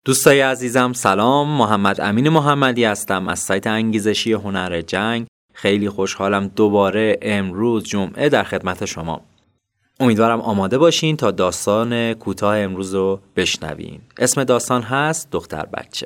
دوستای عزیزم سلام، محمد امین محمدی هستم از سایت انگیزشی هنر جنگ. خیلی خوشحالم دوباره امروز جمعه در خدمت شما. امیدوارم آماده باشین تا داستان کوتاه امروز رو بشنوین. اسم داستان هست دختر بچه.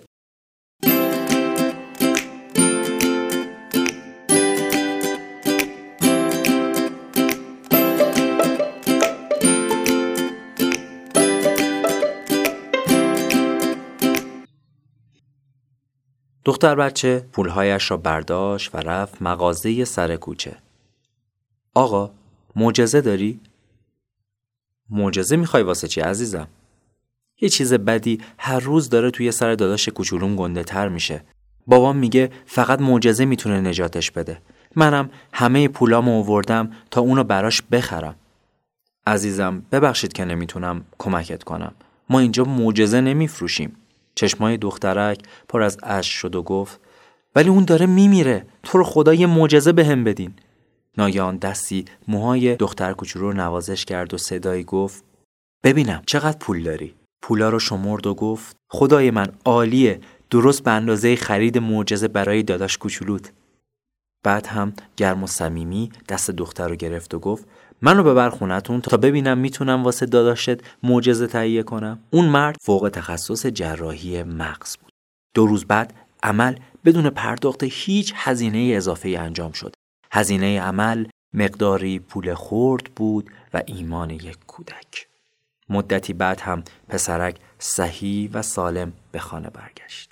دختر بچه پولهایش را برداشت و رفت مغازه سر کوچه. آقا، معجزه داری؟ معجزه میخوای واسه چی عزیزم؟ یه چیز بدی هر روز داره توی سر داداش کوچولوم گنده تر میشه. بابام میگه فقط معجزه میتونه نجاتش بده. منم همه پولامو آوردم تا اونو براش بخرم. عزیزم ببخشید که نمیتونم کمکت کنم. ما اینجا معجزه نمیفروشیم. چشمای دخترک پر از اشک شد و گفت ولی اون داره میمیره. تو رو خدا یه معجزه بهم بدین. ناگهان دستی موهای دختر کوچولو رو نوازش کرد و صدایی گفت ببینم چقدر پول داری. پولا رو شمرد و گفت خدای من عالیه، درست به اندازه خرید معجزه برای داداش کوچولوت. بعد هم گرم و صمیمی دست دختر رو گرفت و گفت منو ببر خونتون تا ببینم میتونم واسه داداشت معجزه تهیه کنم. اون مرد فوق تخصص جراحی مغز بود. 2 روز بعد عمل بدون پرداخت هیچ هزینه اضافه انجام شد. هزینه عمل مقداری پول خرد بود و ایمان یک کودک. مدتی بعد هم پسرک صحیح و سالم به خانه برگشت.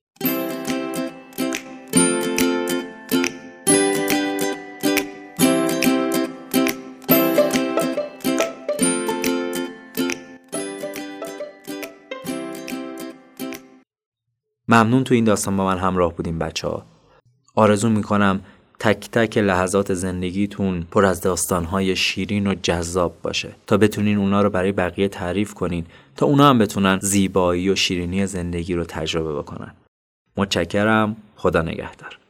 ممنون تو این داستان با من همراه بودیم بچه‌ها. آرزو میکنم تک تک لحظات زندگیتون پر از داستانهای شیرین و جذاب باشه تا بتونین اونا رو برای بقیه تعریف کنین تا اونا هم بتونن زیبایی و شیرینی زندگی رو تجربه بکنن. متشکرم. خدا نگهدار.